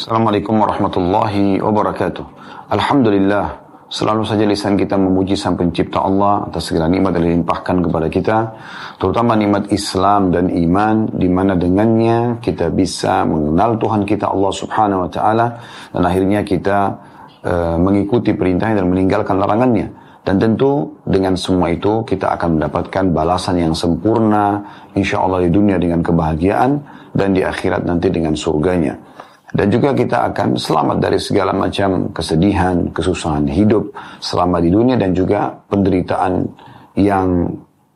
Assalamualaikum warahmatullahi wabarakatuh. Alhamdulillah, selalu saja lisan kita memuji Sang Pencipta Allah atas segala nikmat yang dilimpahkan kepada kita, terutama nikmat Islam dan iman, di mana dengannya kita bisa mengenal Tuhan kita Allah Subhanahu wa taala, dan akhirnya kita mengikuti perintahnya dan meninggalkan larangannya. Dan tentu dengan semua itu kita akan mendapatkan balasan yang sempurna, insya Allah di dunia dengan kebahagiaan, dan di akhirat nanti dengan surganya. Dan juga kita akan selamat dari segala macam kesedihan, kesusahan hidup selama di dunia, dan juga penderitaan yang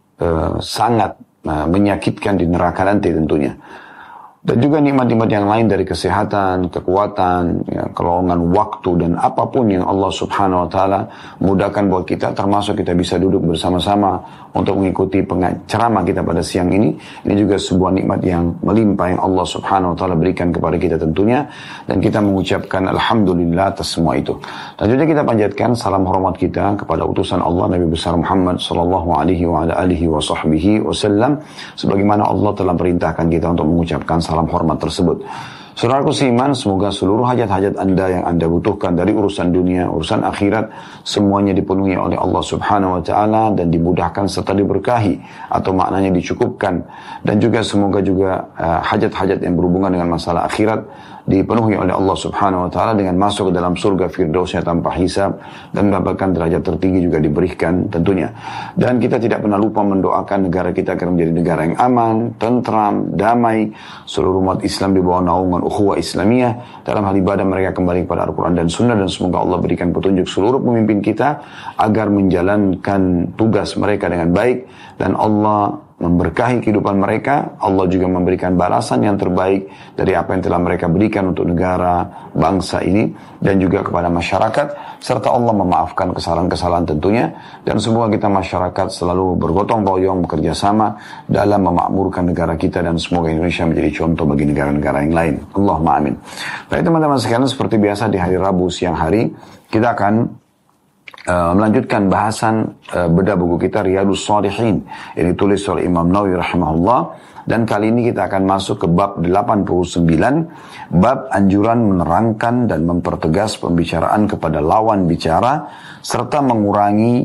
sangat menyakitkan di neraka nanti tentunya. Dan juga nikmat-nikmat yang lain dari kesehatan, kekuatan, kelonggan waktu, dan apapun yang Allah Subhanahu wa taala mudahkan buat kita, termasuk kita bisa duduk bersama-sama untuk mengikuti ceramah kita pada siang ini. Ini juga sebuah nikmat yang melimpah yang Allah Subhanahu wa taala berikan kepada kita tentunya, dan kita mengucapkan alhamdulillah atas semua itu. Dan juga kita panjatkan salam hormat kita kepada utusan Allah Nabi besar Muhammad sallallahu alaihi wa ala alihi wa sahbihi wasallam, sebagaimana Allah telah perintahkan kita untuk mengucapkan salam hormat tersebut. Saudaraku seiman, semoga seluruh hajat-hajat Anda yang Anda butuhkan dari urusan dunia, urusan akhirat, semuanya dipenuhi oleh Allah Subhanahu wa taala dan dimudahkan serta diberkahi, atau maknanya dicukupkan. Dan juga semoga juga hajat-hajat yang berhubungan dengan masalah akhirat dipenuhi oleh Allah Subhanahu wa taala dengan masuk ke dalam surga firdausnya tanpa hisab, dan mendapatkan derajat tertinggi juga diberikan tentunya. Dan kita tidak pernah lupa mendoakan negara kita agar menjadi negara yang aman, tentram, damai, seluruh umat Islam di bawah naungan ukhuwah Islamiyah, dalam hal ibadah mereka kembali kepada Al-Quran dan Sunnah, dan semoga Allah berikan petunjuk seluruh pemimpin kita agar menjalankan tugas mereka dengan baik, dan Allah memberkahi kehidupan mereka. Allah juga memberikan balasan yang terbaik dari apa yang telah mereka berikan untuk negara, bangsa ini, dan juga kepada masyarakat, serta Allah memaafkan kesalahan-kesalahan tentunya. Dan semoga kita masyarakat selalu bergotong royong, bekerja sama dalam memakmurkan negara kita, dan semoga Indonesia menjadi contoh bagi negara-negara yang lain. Allahumma amin. Baik teman-teman sekalian, seperti biasa di hari Rabu siang hari kita akan melanjutkan bahasan bedah buku kita Riyadhus Shalihin yang ditulis oleh Imam Nawawi rahimahullah, dan kali ini kita akan masuk ke bab 89, bab anjuran menerangkan dan mempertegas pembicaraan kepada lawan bicara serta mengulangi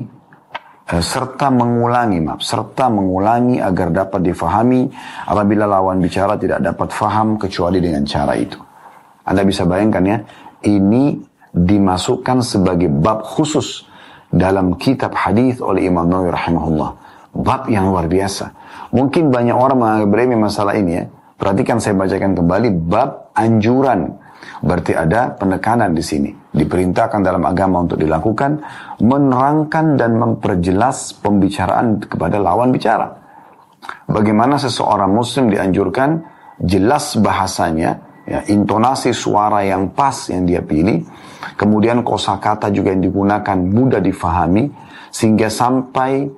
agar dapat difahami apabila lawan bicara tidak dapat faham kecuali dengan cara itu. Anda bisa bayangkan ya, ini dimasukkan sebagai bab khusus dalam kitab hadis oleh Imam Nawawi rahimahullah. Bab yang luar biasa. Mungkin banyak orang menganggap remeh masalah ini ya. Perhatikan, saya bacakan kembali bab anjuran. Berarti ada penekanan di sini. Diperintahkan dalam agama untuk dilakukan, menerangkan dan memperjelas pembicaraan kepada lawan bicara. Bagaimana seseorang muslim dianjurkan jelas bahasanya, ya, intonasi suara yang pas yang dia pilih, kemudian kosakata juga yang digunakan mudah difahami, sehingga sampai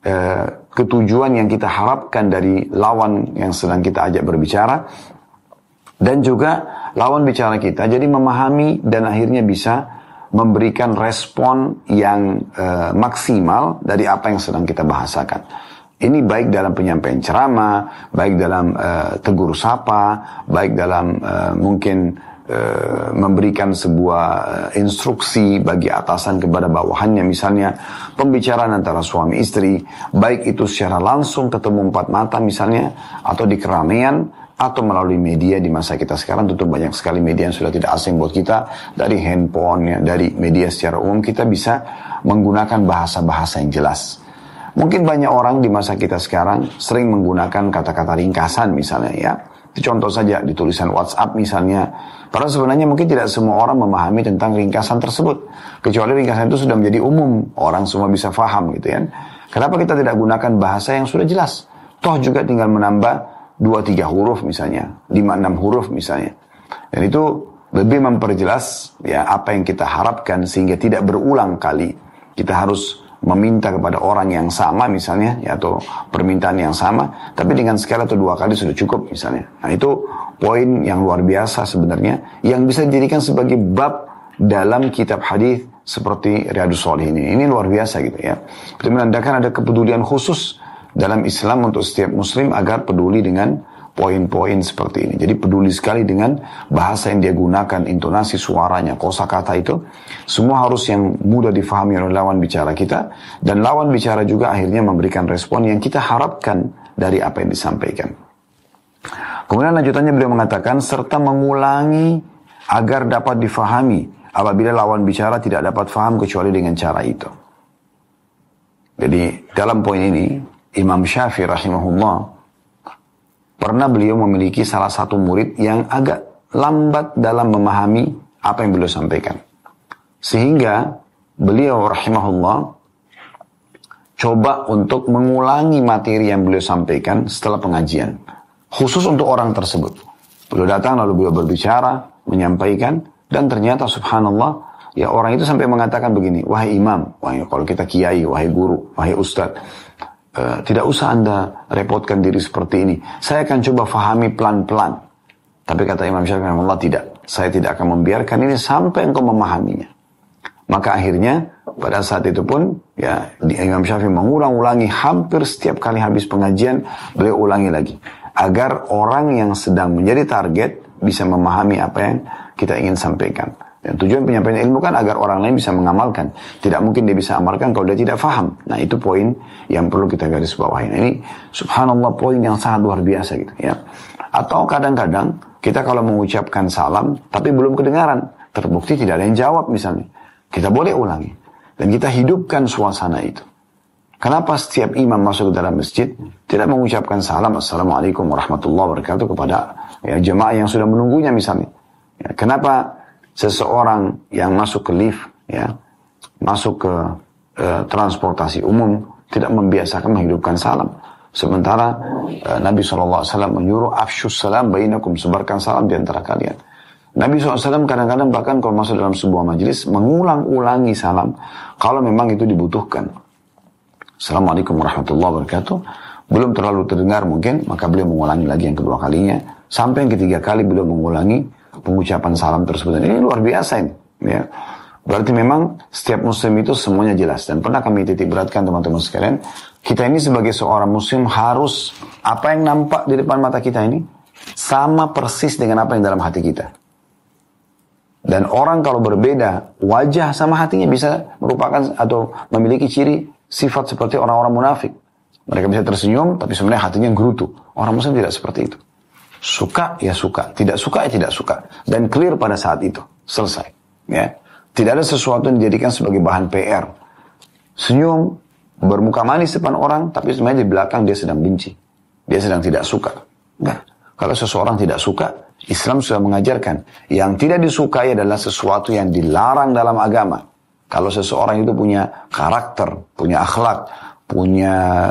ke tujuan yang kita harapkan dari lawan yang sedang kita ajak berbicara, dan juga lawan bicara kita jadi memahami dan akhirnya bisa memberikan respon yang maksimal dari apa yang sedang kita bahasakan. Ini baik dalam penyampaian ceramah, baik dalam tegur sapa, baik dalam mungkin memberikan sebuah instruksi bagi atasan kepada bawahannya, misalnya pembicaraan antara suami istri, baik itu secara langsung ketemu empat mata misalnya, atau di keramaian, atau melalui media. Di masa kita sekarang tentu banyak sekali media yang sudah tidak asing buat kita, dari handphone, ya, dari media secara umum kita bisa menggunakan bahasa-bahasa yang jelas. Mungkin banyak orang di masa kita sekarang sering menggunakan kata-kata ringkasan misalnya ya. Itu contoh saja di tulisan WhatsApp misalnya. Padahal sebenarnya mungkin tidak semua orang memahami tentang ringkasan tersebut. Kecuali ringkasan itu sudah menjadi umum, orang semua bisa faham gitu ya. Kenapa kita tidak gunakan bahasa yang sudah jelas? Toh juga tinggal menambah 2-3 huruf misalnya, 5-6 huruf misalnya. Dan itu lebih memperjelas ya apa yang kita harapkan, sehingga tidak berulang kali kita harus meminta kepada orang yang sama misalnya, ya, atau permintaan yang sama, tapi dengan sekali atau 2 kali sudah cukup misalnya. Nah itu poin yang luar biasa sebenarnya, yang bisa dijadikan sebagai bab dalam kitab hadis seperti Riyadhus Shalihin ini. Ini luar biasa gitu ya. Itu menandakan ada kepedulian khusus dalam Islam untuk setiap muslim agar peduli dengan poin-poin seperti ini. Jadi peduli sekali dengan bahasa yang dia gunakan, intonasi suaranya, kosakata itu, semua harus yang mudah difahami oleh lawan bicara kita, dan lawan bicara juga akhirnya memberikan respon yang kita harapkan dari apa yang disampaikan. Kemudian lanjutannya beliau mengatakan, serta mengulangi agar dapat difahami apabila lawan bicara tidak dapat faham kecuali dengan cara itu. Jadi dalam poin ini, Imam Syafi'i rahimahullah, pernah beliau memiliki salah satu murid yang agak lambat dalam memahami apa yang beliau sampaikan. Sehingga beliau rahimahullah coba untuk mengulangi materi yang beliau sampaikan setelah pengajian. Khusus untuk orang tersebut. Beliau datang lalu beliau berbicara, menyampaikan, dan ternyata subhanallah, ya orang itu sampai mengatakan begini, wahai imam, wahai kalau kita kiai, wahai guru, wahai ustadz, tidak usah Anda repotkan diri seperti ini. Saya akan coba fahami pelan-pelan. Tapi kata Imam Syafi'i, Allah tidak. Saya tidak akan membiarkan ini sampai engkau memahaminya. Maka akhirnya pada saat itu pun ya Imam Syafi'i mengulang-ulangi hampir setiap kali habis pengajian, beliau ulangi lagi. Agar orang yang sedang menjadi target bisa memahami apa yang kita ingin sampaikan. Dan tujuan penyampaian ilmu kan agar orang lain bisa mengamalkan. Tidak mungkin dia bisa amalkan kalau dia tidak faham. Nah itu poin yang perlu kita garis bawahi. Nah, ini subhanallah poin yang sangat luar biasa gitu ya. Atau kadang-kadang kita kalau mengucapkan salam tapi belum kedengaran, terbukti tidak ada yang jawab misalnya. Kita boleh ulangi. Dan kita hidupkan suasana itu. Kenapa setiap imam masuk ke dalam masjid tidak mengucapkan salam assalamualaikum warahmatullahi wabarakatuh kepada ya, jemaah yang sudah menunggunya misalnya. Ya, kenapa seseorang yang masuk ke lift, ya, masuk ke transportasi umum, tidak membiasakan menghidupkan salam. Sementara Nabi SAW menyuruh afsyus salam bainakum, sebarkan salam di antara kalian. Nabi SAW kadang-kadang bahkan kalau masuk dalam sebuah majelis mengulang-ulangi salam kalau memang itu dibutuhkan. Assalamualaikum warahmatullahi wabarakatuh. Belum terlalu terdengar mungkin, maka beliau mengulangi lagi yang kedua kalinya. Sampai yang ketiga kali beliau mengulangi pengucapan salam tersebut. Ini luar biasa ini. Ya. Berarti memang setiap muslim itu semuanya jelas. Dan pernah kami titik beratkan teman-teman sekalian. Kita ini sebagai seorang muslim harus apa yang nampak di depan mata kita ini sama persis dengan apa yang dalam hati kita. Dan orang kalau berbeda wajah sama hatinya bisa merupakan atau memiliki ciri sifat seperti orang-orang munafik. Mereka bisa tersenyum tapi sebenarnya hatinya gerutu. Orang muslim tidak seperti itu. Suka ya suka, tidak suka ya tidak suka. Dan clear pada saat itu. Selesai. Ya. Tidak ada sesuatu yang dijadikan sebagai bahan PR. Senyum, bermuka manis depan orang, tapi sebenarnya di belakang dia sedang benci. Dia sedang tidak suka. Nah, kalau seseorang tidak suka, Islam sudah mengajarkan. Yang tidak disukai adalah sesuatu yang dilarang dalam agama. Kalau seseorang itu punya karakter, punya akhlak, punya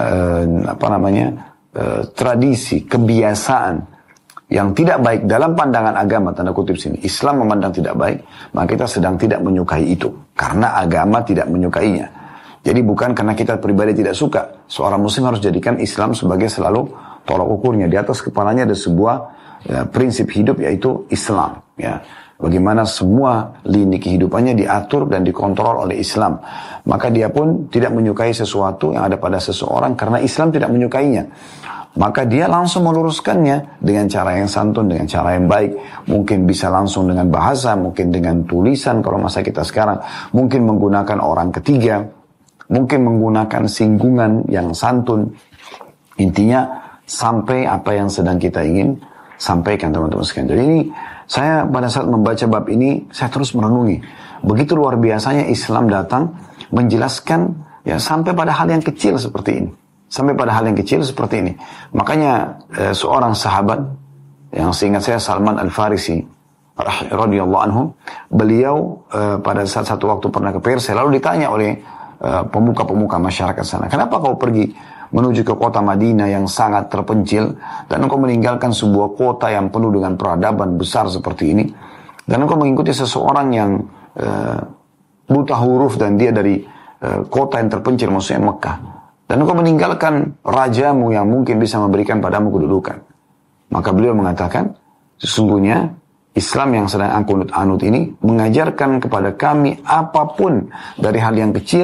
tradisi, kebiasaan yang tidak baik dalam pandangan agama, tanda kutip sini, Islam memandang tidak baik, maka kita sedang tidak menyukai itu. Karena agama tidak menyukainya. Jadi bukan karena kita pribadi tidak suka. Seorang muslim harus jadikan Islam sebagai selalu tolak ukurnya. Di atas kepalanya ada sebuah prinsip hidup yaitu Islam. Ya. Bagaimana semua lini kehidupannya diatur dan dikontrol oleh Islam. Maka dia pun tidak menyukai sesuatu yang ada pada seseorang karena Islam tidak menyukainya. Maka dia langsung meluruskannya dengan cara yang santun, dengan cara yang baik. Mungkin bisa langsung dengan bahasa, mungkin dengan tulisan kalau masa kita sekarang. Mungkin menggunakan orang ketiga, mungkin menggunakan singgungan yang santun. Intinya sampai apa yang sedang kita ingin sampaikan teman-teman sekalian. Jadi ini saya pada saat membaca bab ini saya terus merenungi. Begitu luar biasanya Islam datang menjelaskan ya sampai pada hal yang kecil seperti ini. Sampai pada hal yang kecil seperti ini. Makanya seorang sahabat yang seingat saya Salman Al-Farisi radhiyallahu anhu, beliau pada saat satu waktu pernah ke Persia lalu ditanya oleh pemuka-pemuka masyarakat sana, kenapa kau pergi menuju ke kota Madinah yang sangat terpencil dan engkau meninggalkan sebuah kota yang penuh dengan peradaban besar seperti ini dan engkau mengikuti seseorang yang buta huruf dan dia dari kota yang terpencil maksudnya Mekah. Dan engkau meninggalkan rajamu yang mungkin bisa memberikan padamu kedudukan. Maka beliau mengatakan, sesungguhnya Islam yang sedang aku anut ini mengajarkan kepada kami apapun dari hal yang kecil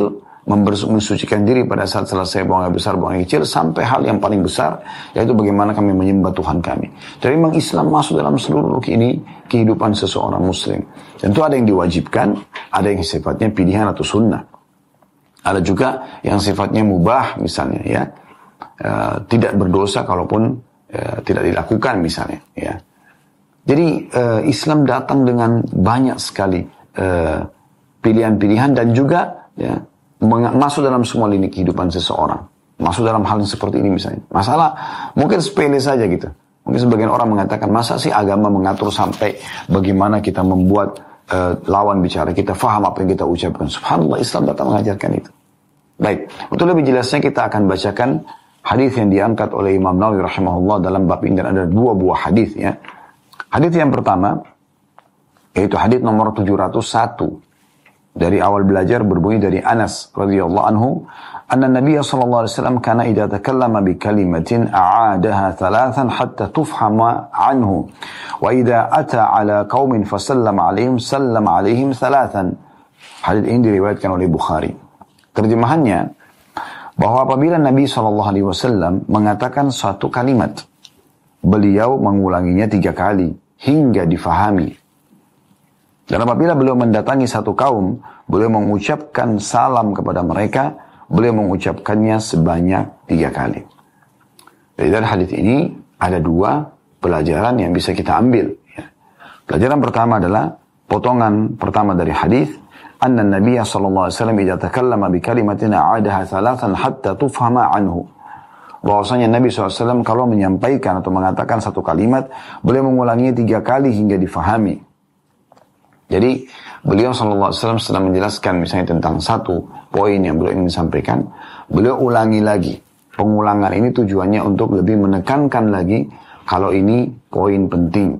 mensucikan diri pada saat selesai buang air besar, buang air kecil, sampai hal yang paling besar, yaitu bagaimana kami menyembah Tuhan kami. Jadi memang Islam masuk dalam seluruh ini kehidupan seseorang muslim. Tentu ada yang diwajibkan, ada yang sifatnya pilihan atau sunnah. Ada juga yang sifatnya mubah misalnya, ya. Tidak berdosa kalaupun tidak dilakukan misalnya, ya. Jadi Islam datang dengan banyak sekali pilihan-pilihan dan juga ya, masuk dalam semua lini kehidupan seseorang. Masuk dalam hal yang seperti ini misalnya. Masalah mungkin sepele saja gitu. Mungkin sebagian orang mengatakan, masa sih agama mengatur sampai bagaimana kita membuat lawan bicara kita faham apa yang kita ucapkan. Subhanallah, Islam datang mengajarkan itu. Baik, untuk lebih jelasnya kita akan bacakan hadis yang diangkat oleh Imam Nawawi rahimahullah dalam bab ini, dan ada dua buah hadis ya. Hadis yang pertama yaitu hadis nomor 701 dari awal belajar, berbunyi dari Anas radhiyallahu anhu, anna Nabiy sallallahu alaihi wasallam kana idza takallama bi kalimatin a'adaha thalathan hatta tufhama anhu, wa idza ata ala qaumin fasallama alaihim thalathan. Hadis ini diriwayatkan oleh Bukhari. Terjemahannya bahwa apabila Nabi sallallahu alaihi wasallam mengatakan suatu kalimat, beliau mengulanginya 3 kali hingga difahami. Dan apabila beliau mendatangi satu kaum, beliau mengucapkan salam kepada mereka, beliau mengucapkannya sebanyak 3 kali. Jadi dari hadis ini ada 2 pelajaran yang bisa kita ambil. Ya. Pelajaran pertama adalah potongan pertama dari hadis, anna Nabiy sallallahu alaihi wasallam idza takallama bi kalimatin a'adaha thalathan hatta tufhama anhu. Bahwasanya Nabi SAW kalau menyampaikan atau mengatakan satu kalimat, beliau mengulanginya 3 kali hingga difahami. Jadi beliau SAW setelah menjelaskan misalnya tentang satu poin yang beliau ingin sampaikan, beliau ulangi lagi. Pengulangan ini tujuannya untuk lebih menekankan lagi kalau ini poin penting.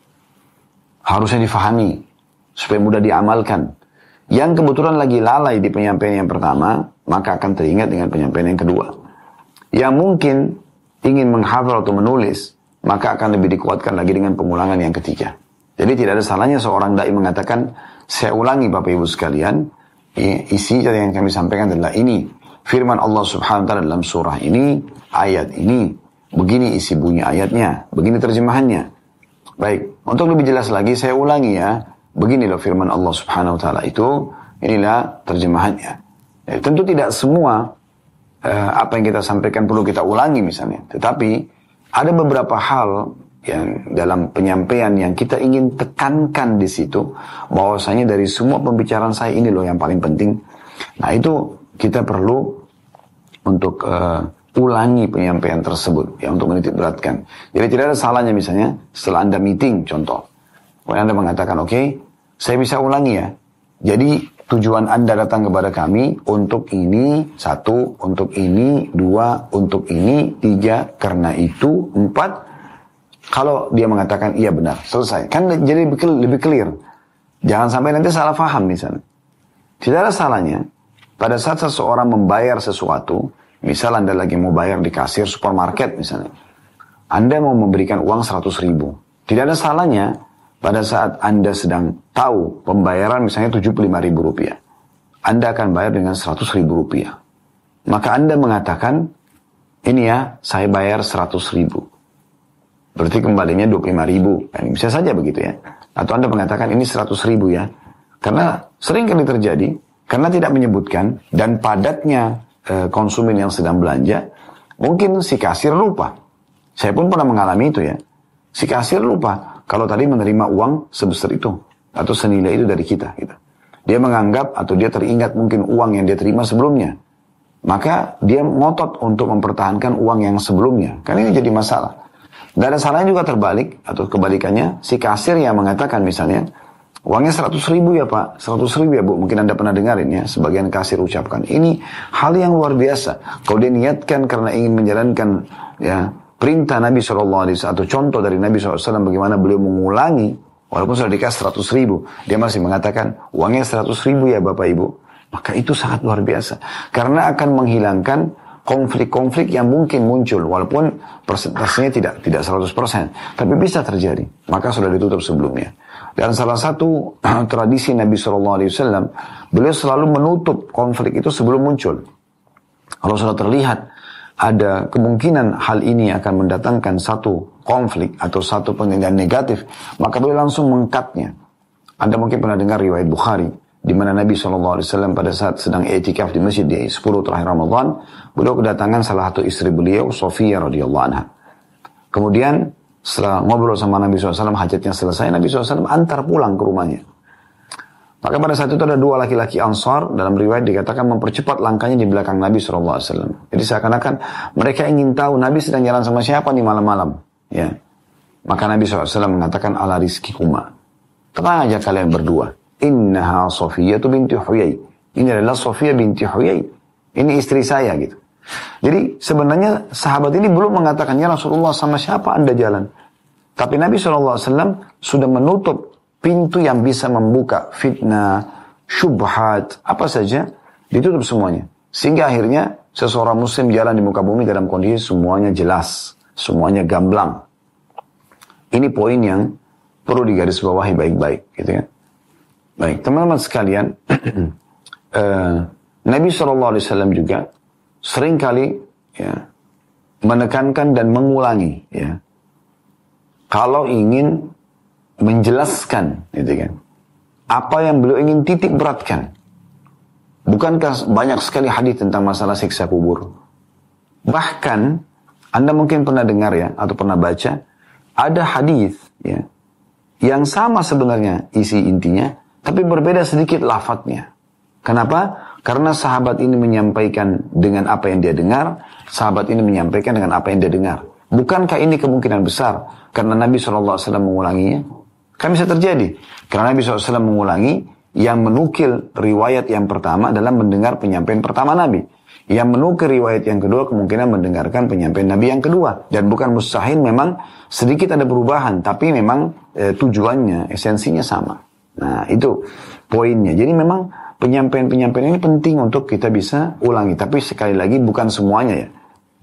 Harusnya difahami supaya mudah diamalkan. Yang kebetulan lagi lalai di penyampaian yang pertama, maka akan teringat dengan penyampaian yang kedua. Yang mungkin ingin menghafal atau menulis, maka akan lebih dikuatkan lagi dengan pengulangan yang ketiga. Jadi tidak ada salahnya seorang dai mengatakan, saya ulangi Bapak Ibu sekalian, isi yang kami sampaikan adalah ini. Firman Allah Subhanahu wa ta'ala dalam surah ini, ayat ini, begini isi bunyi ayatnya, begini terjemahannya. Baik, untuk lebih jelas lagi saya ulangi ya, begini loh firman Allah Subhanahu wa ta'ala itu, inilah terjemahannya. Tentu tidak semua apa yang kita sampaikan perlu kita ulangi misalnya. Tetapi ada beberapa hal yang dalam penyampaian yang kita ingin tekankan di situ, bahwasanya dari semua pembicaraan saya ini loh yang paling penting. Nah itu kita perlu untuk ulangi penyampaian tersebut ya, untuk menitik beratkan. Jadi tidak ada salahnya misalnya setelah Anda meeting contoh, Anda mengatakan oke, saya bisa ulangi ya. Jadi tujuan Anda datang kepada kami untuk ini, 1, untuk ini, 2, untuk ini, 3, karena itu, 4. Kalau dia mengatakan iya benar, selesai. Kan jadi lebih clear. Jangan sampai nanti salah paham misalnya. Tidak ada salahnya pada saat seseorang membayar sesuatu, misal Anda lagi mau bayar di kasir supermarket misalnya. Anda mau memberikan uang 100.000. Tidak ada salahnya pada saat Anda sedang tahu pembayaran misalnya Rp75.000. Anda akan bayar dengan Rp100.000. Maka Anda mengatakan, ini ya, saya bayar 100.000. Berarti kembalinya 25.000. Bisa saja begitu ya. Atau Anda mengatakan ini 100.000 ya. Karena sering kali terjadi, karena tidak menyebutkan dan padatnya konsumen yang sedang belanja, mungkin si kasir lupa. Saya pun pernah mengalami itu ya. Si kasir lupa kalau tadi menerima uang sebesar itu atau senilai itu dari kita gitu. Dia menganggap atau dia teringat mungkin uang yang dia terima sebelumnya. Maka dia ngotot untuk mempertahankan uang yang sebelumnya. Karena ini jadi masalah. Tidak ada salahnya juga terbalik atau kebalikannya, si kasir yang mengatakan misalnya, uangnya 100.000 ya Pak, 100.000 ya Bu, mungkin Anda pernah dengarin ya, sebagian kasir ucapkan. Ini hal yang luar biasa. Kalau dia niatkan karena ingin menjalankan ya perintah Nabi SAW atau contoh dari Nabi SAW bagaimana beliau mengulangi, walaupun sudah dikasih 100.000, dia masih mengatakan, uangnya 100.000 ya Bapak Ibu. Maka itu sangat luar biasa. Karena akan menghilangkan konflik-konflik yang mungkin muncul, walaupun persentasenya tidak 100%, tapi bisa terjadi. Maka sudah ditutup sebelumnya. Dan salah satu tradisi Nabi SAW, beliau selalu menutup konflik itu sebelum muncul. Kalau sudah terlihat ada kemungkinan hal ini akan mendatangkan satu konflik atau satu penilaian negatif, maka beliau langsung mengkatnya. Anda mungkin pernah dengar riwayat Bukhari, di mana Nabi SAW pada saat sedang i'tikaf di masjid di 10 terakhir Ramadan, beliau kedatangan salah satu istri beliau, Sofia radhiyallahu anha. Kemudian setelah ngobrol sama Nabi SAW, hajatnya selesai, Nabi SAW antar pulang ke rumahnya. Maka pada saat itu ada dua laki-laki Ansar, dalam riwayat dikatakan mempercepat langkahnya di belakang Nabi SAW. Jadi seakan-akan mereka ingin tahu Nabi sedang jalan sama siapa nih malam-malam. Ya. Maka Nabi SAW mengatakan, ala rizkikuma. Tenang aja kalian berdua. Innaha Sofiyah binti Huyai. Ini adalah Sofiyah binti Huyai. Ini istri saya gitu. Jadi sebenarnya sahabat ini belum mengatakan, ya Rasulullah sama siapa anda jalan. Tapi Nabi SAW sudah menutup pintu yang bisa membuka fitnah, syubhat, apa saja, ditutup semuanya. Sehingga akhirnya seseorang muslim jalan di muka bumi dalam kondisi semuanya jelas, semuanya gamblang. Ini poin yang perlu digarisbawahi baik-baik, gitu ya. Baik, teman-teman sekalian, Nabi SAW juga seringkali ya, menekankan dan mengulangi ya, kalau ingin menjelaskan gitu kan, apa yang beliau ingin titik beratkan. Bukankah banyak sekali hadis tentang masalah siksa kubur? Bahkan Anda mungkin pernah dengar ya, atau pernah baca ada hadis ya, yang sama sebenarnya isi intinya, tapi berbeda sedikit lafadznya. Kenapa? Karena sahabat ini menyampaikan dengan apa yang dia dengar, sahabat ini menyampaikan dengan apa yang dia dengar. Bukankah ini kemungkinan besar karena Nabi SAW mengulanginya? Kan bisa terjadi. Karena Nabi SAW mengulangi, yang menukil riwayat yang pertama adalah mendengar penyampaian pertama Nabi. Yang menukil riwayat yang kedua kemungkinan mendengarkan penyampaian Nabi yang kedua. Dan bukan mustahil, memang sedikit ada perubahan, tapi memang tujuannya, esensinya sama. Nah itu poinnya. Jadi memang penyampaian-penyampaian ini penting untuk kita bisa ulangi. Tapi sekali lagi bukan semuanya ya.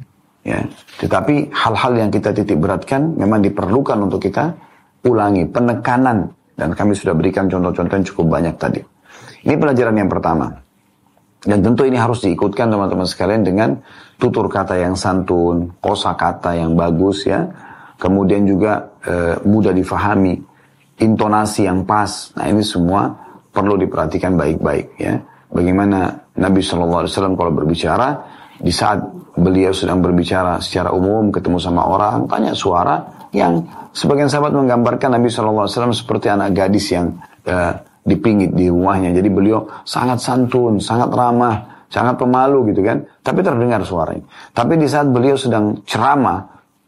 Ya. Tetapi hal-hal yang kita titik beratkan memang diperlukan untuk kita ulangi. Penekanan. Dan kami sudah berikan contoh-contoh yang cukup banyak tadi. Ini pelajaran yang pertama. Dan tentu ini harus diikutkan teman-teman sekalian dengan tutur kata yang santun, kosakata yang bagus ya. Kemudian juga mudah difahami, intonasi yang pas. Nah ini semua perlu diperhatikan baik-baik ya. Bagaimana Nabi SAW kalau berbicara, di saat beliau sedang berbicara secara umum, ketemu sama orang, tanya suara yang sebagian sahabat menggambarkan Nabi SAW seperti anak gadis yang dipingit di rumahnya. Jadi beliau sangat santun, sangat ramah, sangat pemalu gitu kan. Tapi terdengar suaranya. Tapi di saat beliau sedang ceramah,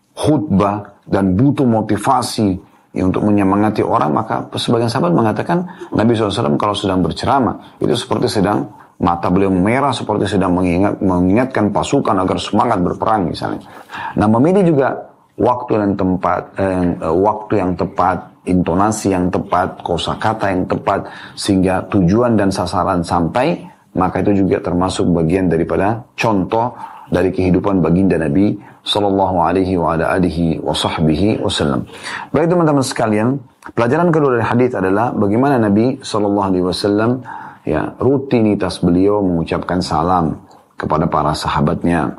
khutbah, dan butuh motivasi ya, untuk menyemangati orang, maka sebagian sahabat mengatakan Nabi SAW kalau sedang berceramah itu seperti sedang, mata beliau merah, seperti sedang mengingatkan pasukan agar semangat berperang misalnya. Nah memilih juga waktu dan tempat, waktu yang tepat, intonasi yang tepat, kosakata yang tepat, sehingga tujuan dan sasaran sampai, maka itu juga termasuk bagian daripada contoh dari kehidupan baginda Nabi sallallahu alaihi wa ala alihi wa sahbihi wasallam. Baik teman-teman sekalian, pelajaran kedua dari hadis adalah bagaimana Nabi sallallahu alaihi wasallam ya, rutinitas beliau mengucapkan salam kepada para sahabatnya.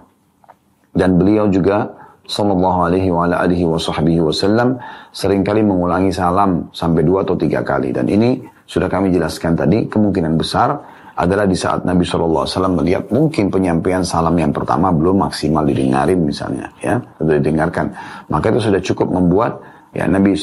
Dan beliau juga sallallahu alaihi wa ala alihi wa sahbihi wasallam seringkali mengulangi salam sampai 2 atau 3 kali. Dan ini sudah kami jelaskan tadi, kemungkinan besar adalah di saat Nabi SAW melihat mungkin penyampaian salam yang pertama belum maksimal didengarin misalnya ya, atau didengarkan, maka itu sudah cukup membuat ya Nabi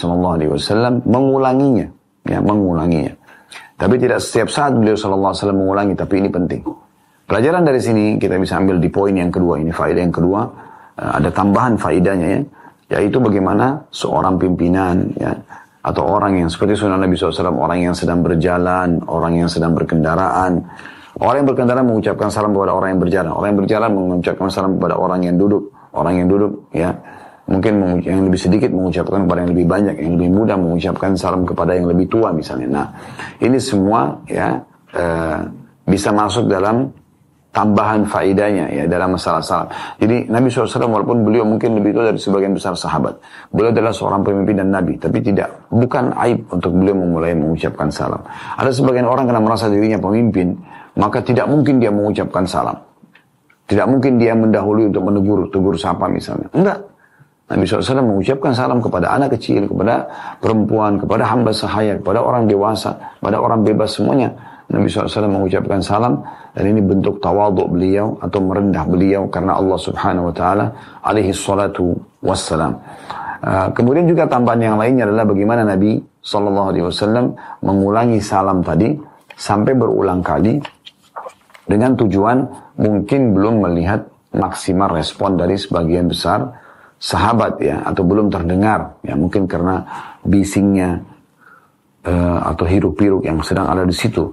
SAW mengulanginya ya, mengulanginya. Tapi tidak setiap saat beliau SAW mengulangi, tapi ini penting. Pelajaran dari sini kita bisa ambil di poin yang kedua, ini faedah yang kedua, ada tambahan faedahnya ya, yaitu bagaimana seorang pimpinan ya, atau orang yang seperti sunnah Nabi SAW, orang yang sedang berjalan, orang yang sedang berkendaraan. Orang yang berkendaraan mengucapkan salam kepada orang yang berjalan. Orang yang berjalan mengucapkan salam kepada orang yang duduk. Orang yang duduk, ya, mungkin yang lebih sedikit mengucapkan kepada yang lebih banyak. Yang lebih mudah mengucapkan salam kepada yang lebih tua misalnya. Nah, ini semua ya bisa masuk dalam tambahan faedahnya ya dalam masalah salam. Jadi Nabi SAW walaupun beliau mungkin lebih tua dari sebagian besar sahabat, beliau adalah seorang pemimpin dan Nabi, tapi bukan aib untuk beliau memulai mengucapkan salam. Ada sebagian orang karena merasa dirinya pemimpin, maka tidak mungkin dia mengucapkan salam. Tidak mungkin dia mendahului untuk tegur sapa misalnya. Enggak. Nabi SAW mengucapkan salam kepada anak kecil, kepada perempuan, kepada hamba sahaya, kepada orang dewasa, kepada orang bebas semuanya. Nabi SAW mengucapkan salam, dan ini bentuk tawaduk beliau atau merendah beliau karena Allah Subhanahu Wa Taala alaihi salatu wassalam. Kemudian juga tambahan yang lainnya adalah bagaimana Nabi SAW mengulangi salam tadi sampai berulang kali dengan tujuan mungkin belum melihat maksimal respon dari sebagian besar sahabat ya, atau belum terdengar ya, mungkin karena bisingnya atau hiruk-pikuk yang sedang ada di situ.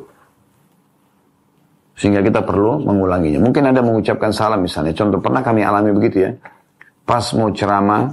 Sehingga kita perlu mengulanginya. Mungkin Anda mengucapkan salam misalnya. Contoh, pernah kami alami begitu ya. Pas mau ceramah,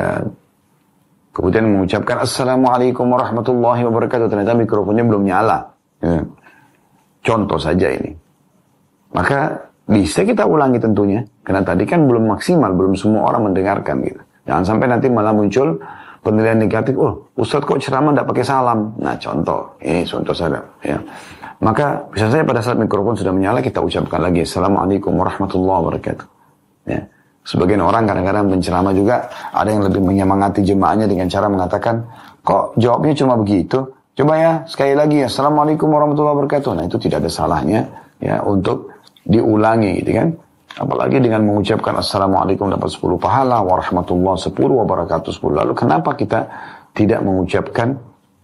kemudian mengucapkan Assalamualaikum warahmatullahi wabarakatuh. Ternyata mikrofonnya belum nyala. Ya. Contoh saja ini. Maka bisa kita ulangi tentunya. Karena tadi kan belum maksimal, belum semua orang mendengarkan gitu. Jangan sampai nanti malah muncul penilaian negatif. Oh, Ustadz kok ceramah tidak pakai salam? Nah contoh, ini contoh saja. Ya. Maka bisa saja pada saat mikrofon sudah menyala kita ucapkan lagi Assalamualaikum warahmatullahi wabarakatuh. Ya. Sebagian orang kadang-kadang penceramah juga ada yang lebih menyemangati jemaahnya dengan cara mengatakan, kok jawabnya cuma begitu? Coba ya sekali lagi Assalamualaikum warahmatullahi wabarakatuh. Nah itu tidak ada salahnya ya untuk diulangi gitu kan. Apalagi dengan mengucapkan Assalamualaikum dapat 10 pahala, warahmatullahi 10, wabarakatuh 10. Lalu kenapa kita tidak mengucapkan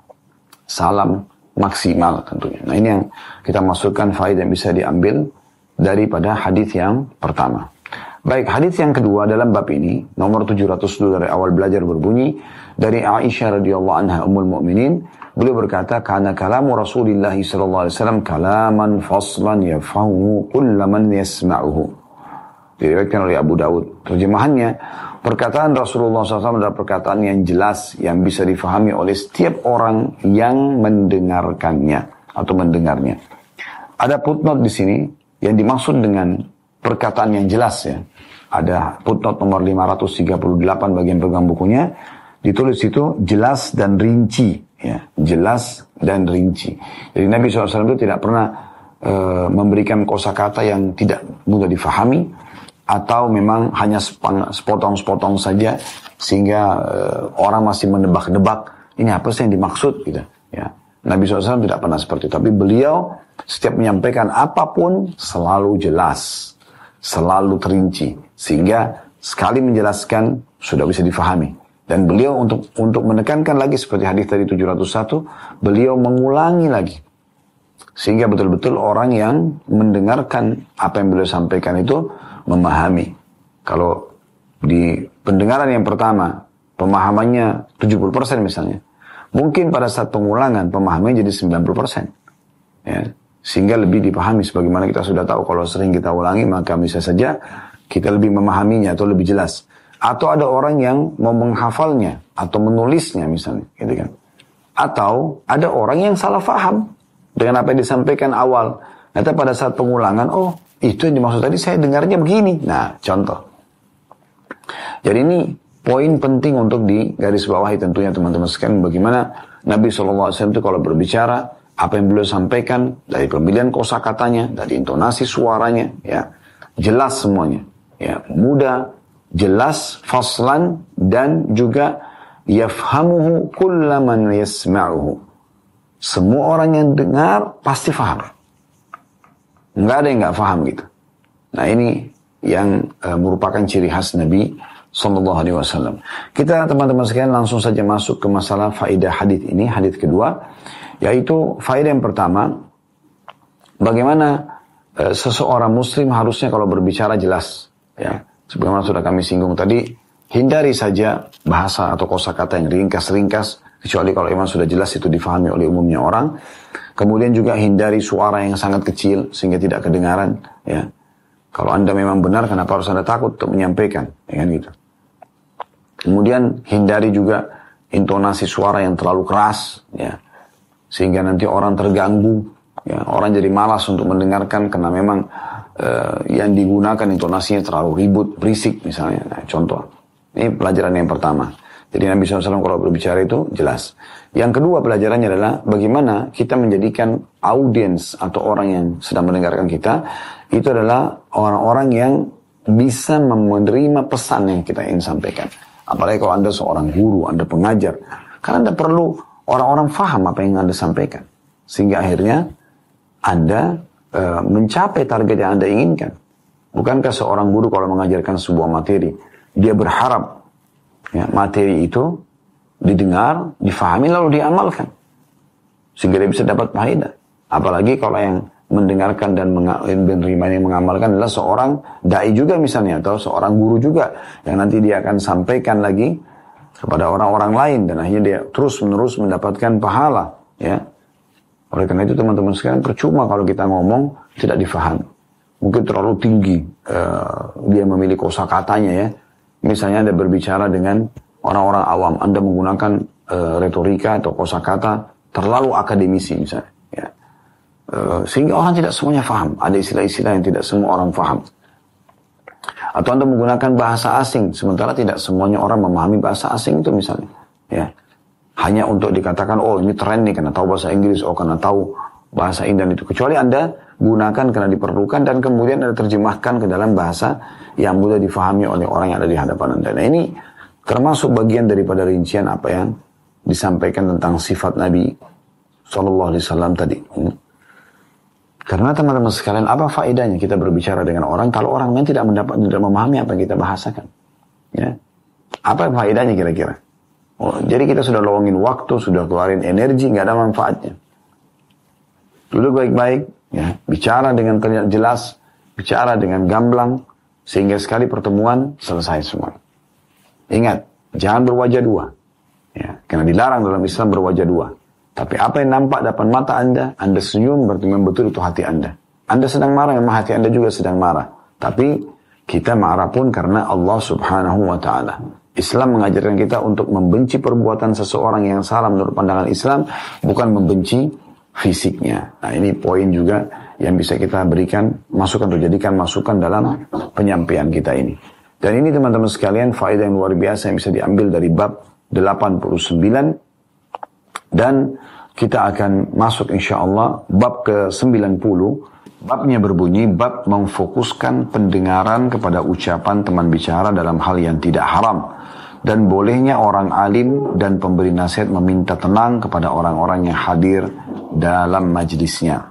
salam maksimal tentunya. Nah ini yang kita masukkan faedah yang bisa diambil daripada hadis yang pertama. Baik, hadis yang kedua dalam bab ini, nomor 702 dari awal belajar berbunyi, dari Aisyah radhiyallahu anha ummul mukminin, beliau berkata, "Kana kalamu Rasulillah sallallahu alaihi wasallam kalaman faslan yafhamu kullu man yasma'uhu." Diriwayatkan oleh Abu Daud. Terjemahannya, perkataan Rasulullah SAW adalah perkataan yang jelas, yang bisa difahami oleh setiap orang yang mendengarkannya atau mendengarnya. Ada footnote di sini yang dimaksud dengan perkataan yang jelas ya. Ada footnote nomor 538 bagian pegang bukunya. Ditulis itu jelas dan rinci. Ya, jelas dan rinci. Jadi Nabi SAW itu tidak pernah memberikan kosakata yang tidak mudah difahami, atau memang hanya sepotong-sepotong saja sehingga orang masih menebak-nebak ini apa sih yang dimaksud gitu ya. Nabi SAW tidak pernah seperti itu, tapi beliau setiap menyampaikan apapun selalu jelas, selalu terinci, sehingga sekali menjelaskan sudah bisa difahami. Dan beliau untuk menekankan lagi seperti hadis tadi 701, beliau mengulangi lagi sehingga betul-betul orang yang mendengarkan apa yang beliau sampaikan itu memahami. Kalau di pendengaran yang pertama pemahamannya 70% misalnya, mungkin pada saat pengulangan pemahamannya jadi 90%. Ya, sehingga lebih dipahami. Sebagaimana kita sudah tahu, kalau sering kita ulangi maka bisa saja kita lebih memahaminya atau lebih jelas. Atau ada orang yang mau menghafalnya atau menulisnya misalnya, gitu kan. Atau ada orang yang salah faham dengan apa yang disampaikan awal. Nanti pada saat pengulangan, oh itu yang dimaksud tadi saya dengarnya begini. Nah contoh. Jadi ini poin penting untuk digarisbawahi tentunya teman-teman sekalian. Bagaimana Nabi SAW itu kalau berbicara, apa yang beliau sampaikan dari pemilihan kosakatanya, dari intonasi suaranya, ya jelas semuanya. Ya, mudah, jelas, faslan, dan juga yafhamuhu kullaman yasma'uhu. Semua orang yang dengar pasti faham. Nggak ada yang nggak faham gitu. Nah ini yang merupakan ciri khas Nabi SAW. Kita teman-teman sekalian langsung saja masuk ke masalah faedah hadis ini, hadis kedua, yaitu faedah yang pertama, bagaimana seseorang muslim harusnya kalau berbicara jelas. Ya, sebagaimana sudah kami singgung tadi, hindari saja bahasa atau kosakata yang ringkas-ringkas, kecuali kalau memang sudah jelas itu difahami oleh umumnya orang. Kemudian juga hindari suara yang sangat kecil sehingga tidak kedengaran. Ya, kalau Anda memang benar, kenapa harus Anda takut untuk menyampaikan? Ya kan gitu. Kemudian hindari juga intonasi suara yang terlalu keras, ya, sehingga nanti orang terganggu Ya, orang jadi malas untuk mendengarkan karena memang yang digunakan intonasinya terlalu ribut, berisik misalnya. Nah, contoh. Ini pelajaran yang pertama. Jadi Nabi SAW kalau berbicara itu jelas. Yang kedua pelajarannya adalah bagaimana kita menjadikan audiens atau orang yang sedang mendengarkan kita, itu adalah orang-orang yang bisa menerima pesan yang kita ingin sampaikan. Apalagi kalau Anda seorang guru, Anda pengajar. Karena Anda perlu orang-orang faham apa yang Anda sampaikan. Sehingga akhirnya Anda mencapai target yang Anda inginkan. Bukankah seorang guru kalau mengajarkan sebuah materi, dia berharap ya, materi itu didengar, difahami, lalu diamalkan. Sehingga dia bisa dapat faedah. Apalagi kalau yang mendengarkan dan menerima yang mengamalkan adalah seorang dai juga misalnya, atau seorang guru juga, yang nanti dia akan sampaikan lagi kepada orang-orang lain, dan akhirnya dia terus-menerus mendapatkan pahala. Ya. Oleh karena itu teman-teman sekalian, percuma kalau kita ngomong tidak difahami. Mungkin terlalu tinggi dia memilih kosakatanya ya. Misalnya Anda berbicara dengan orang-orang awam, Anda menggunakan retorika atau kosakata terlalu akademisi misalnya. Ya. Sehingga orang tidak semuanya faham. Ada istilah-istilah yang tidak semua orang faham. Atau Anda menggunakan bahasa asing, sementara tidak semuanya orang memahami bahasa asing itu misalnya. Ya. Hanya untuk dikatakan, oh ini tren nih karena tahu bahasa Inggris, oh karena tahu bahasa Indan itu. Kecuali Anda gunakan karena diperlukan dan kemudian Anda terjemahkan ke dalam bahasa yang mudah difahami oleh orang yang ada di hadapan Anda. Nah ini termasuk bagian daripada rincian apa yang disampaikan tentang sifat Nabi SAW tadi. Karena teman-teman sekalian, apa faedahnya kita berbicara dengan orang kalau orang lain tidak memahami apa yang kita bahasakan? Ya. Apa faedahnya kira-kira? Oh, jadi kita sudah luangin waktu, sudah keluarin energi, nggak ada manfaatnya. Duduk baik-baik, ya, bicara dengan jelas, bicara dengan gamblang, sehingga sekali pertemuan selesai semua. Ingat, jangan berwajah dua, ya, karena dilarang dalam Islam berwajah dua. Tapi apa yang nampak depan mata Anda senyum, berarti memang betul itu hati Anda. Anda sedang marah, memang hati Anda juga sedang marah. Tapi kita marah pun karena Allah Subhanahu wa Ta'ala. Islam mengajarkan kita untuk membenci perbuatan seseorang yang salah menurut pandangan Islam, bukan membenci fisiknya. Nah ini poin juga yang bisa kita berikan masukan, atau jadikan masukan dalam penyampaian kita ini. Dan ini teman-teman sekalian faedah yang luar biasa yang bisa diambil dari bab 89, dan kita akan masuk insyaAllah bab ke-90. Babnya berbunyi, bab memfokuskan pendengaran kepada ucapan teman bicara dalam hal yang tidak haram, dan bolehnya orang alim dan pemberi nasihat meminta tenang kepada orang-orang yang hadir dalam majlisnya.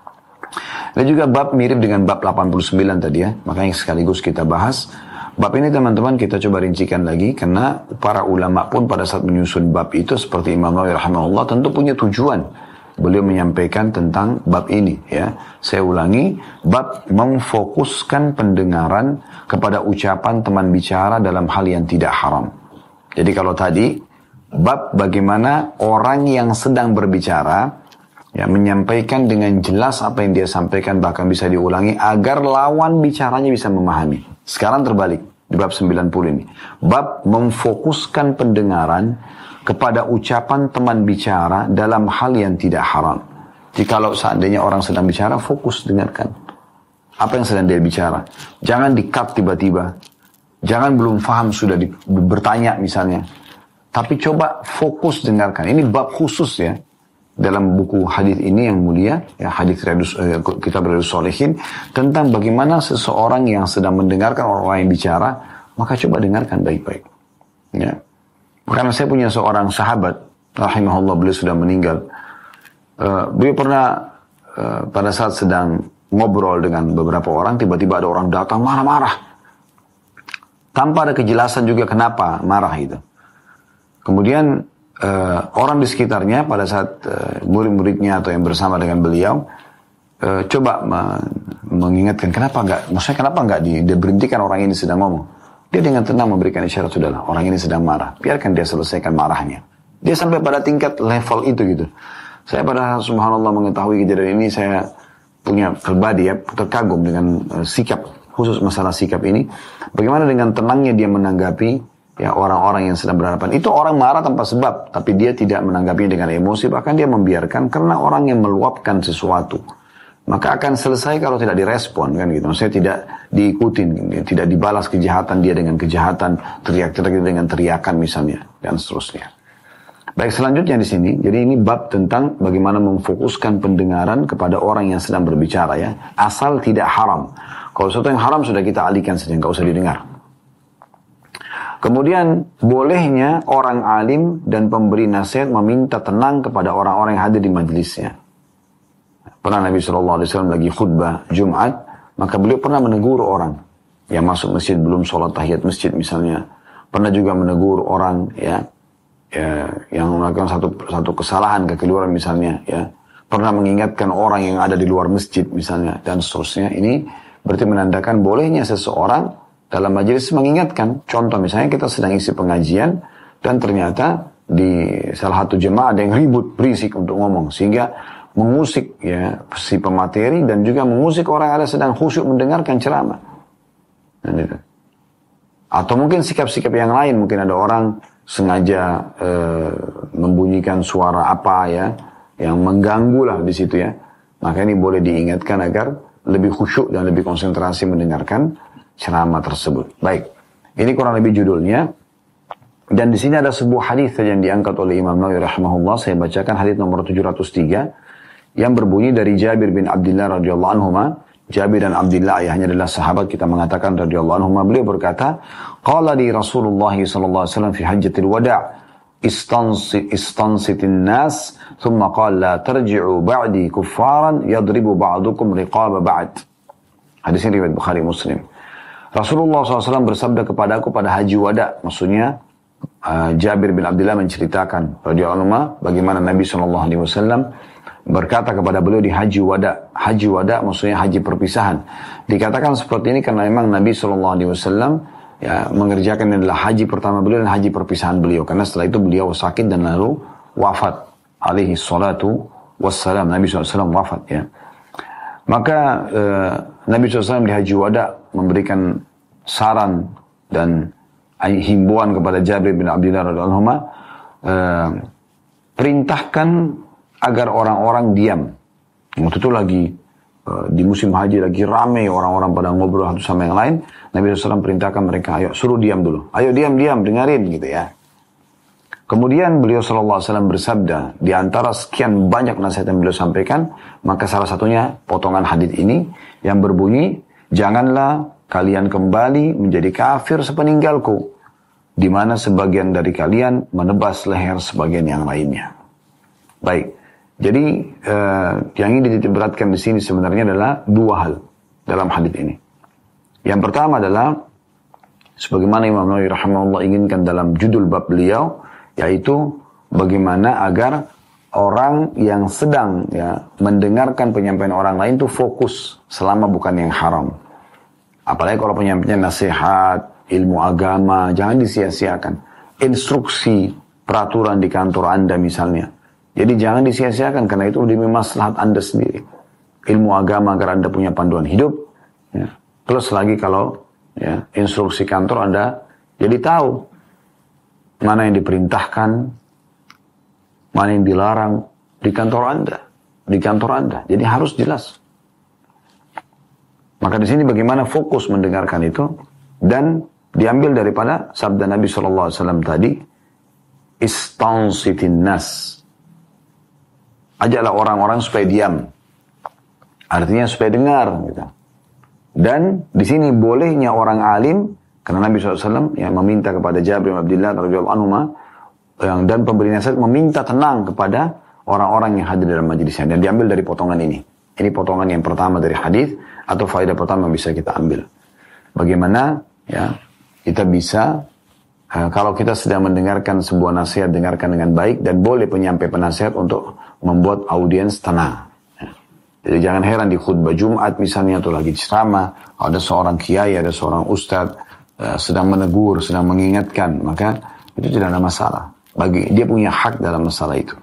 Dan juga bab mirip dengan bab 89 tadi ya, makanya sekaligus kita bahas. Bab ini teman-teman kita coba rincikan lagi, karena para ulama pun pada saat menyusun bab itu seperti Imam Nawawi rahimahullah tentu punya tujuan. Beliau menyampaikan tentang bab ini ya. Saya ulangi, bab memfokuskan pendengaran kepada ucapan teman bicara dalam hal yang tidak haram. Jadi kalau tadi bab bagaimana orang yang sedang berbicara ya menyampaikan dengan jelas apa yang dia sampaikan, bahkan bisa diulangi agar lawan bicaranya bisa memahami. Sekarang terbalik di bab 90 ini. Bab memfokuskan pendengaran kepada ucapan teman bicara dalam hal yang tidak haram. Jikalau seandainya orang sedang bicara, fokus dengarkan apa yang sedang dia bicara. Jangan di-cut tiba-tiba. Jangan belum paham sudah bertanya misalnya. Tapi coba fokus dengarkan. Ini bab khusus ya. Dalam buku hadis ini yang mulia, ya, hadis Kitab Riyadhus Shalihin, tentang bagaimana seseorang yang sedang mendengarkan orang yang bicara, maka coba dengarkan baik-baik. Ya. Karena saya punya seorang sahabat, rahimahullah, beliau sudah meninggal. Beliau pernah pada saat sedang ngobrol dengan beberapa orang, tiba-tiba ada orang datang marah-marah. Tanpa ada kejelasan juga kenapa marah itu. Kemudian orang di sekitarnya pada saat murid-muridnya atau yang bersama dengan beliau coba mengingatkan kenapa enggak diberhentikan orang ini sedang ngomong. Dia dengan tenang memberikan isyarat, sudahlah, orang ini sedang marah, biarkan dia selesaikan marahnya. Dia sampai pada tingkat level itu gitu. Saya pada subhanallah mengetahui kejadian ini, saya punya pribadi ya, terkagum dengan sikap, khusus masalah sikap ini. Bagaimana dengan tenangnya dia menanggapi ya orang-orang yang sedang berhadapan. Itu orang marah tanpa sebab, tapi dia tidak menanggapinya dengan emosi, bahkan dia membiarkan karena orang yang meluapkan sesuatu. Maka akan selesai kalau tidak direspon, kan gitu. Maksudnya tidak diikutin, tidak dibalas kejahatan dia dengan kejahatan, teriak-teriak dengan teriakan misalnya, dan seterusnya. Baik, selanjutnya di sini, jadi ini bab tentang bagaimana memfokuskan pendengaran kepada orang yang sedang berbicara ya, asal tidak haram. Kalau sesuatu yang haram sudah kita alihkan saja, nggak usah didengar. Kemudian bolehnya orang alim dan pemberi nasihat meminta tenang kepada orang-orang yang hadir di majelisnya. Pernah Nabi SAW lagi khutbah Jumat, maka beliau pernah menegur orang yang masuk masjid belum sholat tahiyat masjid misalnya. Pernah juga menegur orang yang melakukan satu kesalahan, kekeliruan misalnya, ya. Pernah mengingatkan orang yang ada di luar masjid misalnya, dan seterusnya. Ini berarti menandakan bolehnya seseorang dalam majelis mengingatkan. Contoh misalnya kita sedang isi pengajian dan ternyata di salah satu jemaah ada yang ribut, berisik untuk ngomong, sehingga mengusik ya si pemateri dan juga mengusik orang yang ada sedang khusyuk mendengarkan ceramah. Atau mungkin sikap-sikap yang lain, mungkin ada orang sengaja membunyikan suara apa ya yang mengganggu lah di situ ya. Maka ini boleh diingatkan agar lebih khusyuk dan lebih konsentrasi mendengarkan ceramah tersebut. Baik, ini kurang lebih judulnya. Dan di sini ada sebuah hadis yang diangkat oleh Imam Nawawi rahimahullah. Saya bacakan hadis nomor 703 yang berbunyi dari Jabir bin Abdullah radhiyallahu anhuma. Jabir dan Abdullah ayahnya adalah sahabat, kita mengatakan radhiyallahu anhuma, beliau berkata, qala li Rasulullah sallallahu alaihi wasallam fi hajjatil wada' istansitin nas thumma qala la tarji'u ba'di kuffaran yadribu ba'dukum riqaba ba'd. Hadis ini riwayat Bukhari Muslim. Rasulullah SAW bersabda kepadaku pada haji wada, maksudnya Jabir bin Abdullah menceritakan radhiyallahu anhu bagaimana Nabi SAW berkata kepada beliau di haji wada. Haji wada maksudnya haji perpisahan. Dikatakan seperti ini karena memang Nabi SAW ya, mengerjakan adalah haji pertama beliau dan haji perpisahan beliau. Karena setelah itu beliau sakit dan lalu wafat. Alaihi salatu wassalam. Nabi SAW wafat ya. Maka Nabi SAW di haji wada memberikan saran dan himbauan kepada Jabir bin Abdullah radhiyallahu anhu, perintahkan agar orang-orang diam. Waktu itu lagi di musim haji lagi ramai orang-orang pada ngobrol satu sama yang lain. Nabi SAW perintahkan mereka, ayo suruh diam dulu. Ayo diam, dengarin gitu ya. Kemudian beliau SAW bersabda, di antara sekian banyak nasihat yang beliau sampaikan, maka salah satunya potongan hadis ini yang berbunyi, janganlah kalian kembali menjadi kafir sepeninggalku, di mana sebagian dari kalian menebas leher sebagian yang lainnya. Baik. Jadi yang ini dititikberatkan di sini sebenarnya adalah dua hal dalam hadis ini. Yang pertama adalah sebagaimana Imam Nawawi rahimahullah inginkan dalam judul bab beliau, yaitu bagaimana agar orang yang sedang ya mendengarkan penyampaian orang lain itu fokus selama bukan yang haram. Apalagi kalau penyampaian nasihat, ilmu agama, jangan disia-siakan. Instruksi, peraturan di kantor Anda misalnya. Jadi jangan disia-siakan karena itu demi maslahat Anda sendiri. Ilmu agama agar Anda punya panduan hidup. Ya. Plus lagi kalau ya, instruksi kantor Anda jadi tahu mana yang diperintahkan, mana yang dilarang di kantor Anda. Jadi harus jelas. Maka di sini bagaimana fokus mendengarkan itu dan diambil daripada sabda Nabi SAW tadi, istansitin nas. Ajaklah orang-orang supaya diam. Artinya supaya dengar. Gitu. Dan di sini bolehnya orang alim, karena Nabi SAW yang meminta kepada Jabir bin Abdullah radhiyallahu anhu dan pemberi nasihat meminta tenang kepada orang-orang yang hadir dalam majelisnya. Dan diambil dari potongan ini. Ini potongan yang pertama dari hadis atau faedah pertama bisa kita ambil. Bagaimana ya kita bisa kalau kita sedang mendengarkan sebuah nasihat, dengarkan dengan baik dan boleh penyampai penasihat untuk membuat audiens tenang. Jadi jangan heran di khutbah Jumat misalnya atau lagi ceramah, ada seorang kiai, ada seorang ustadz sedang menegur, sedang mengingatkan, maka itu tidak ada masalah. Bagi dia punya hak dalam masalah itu.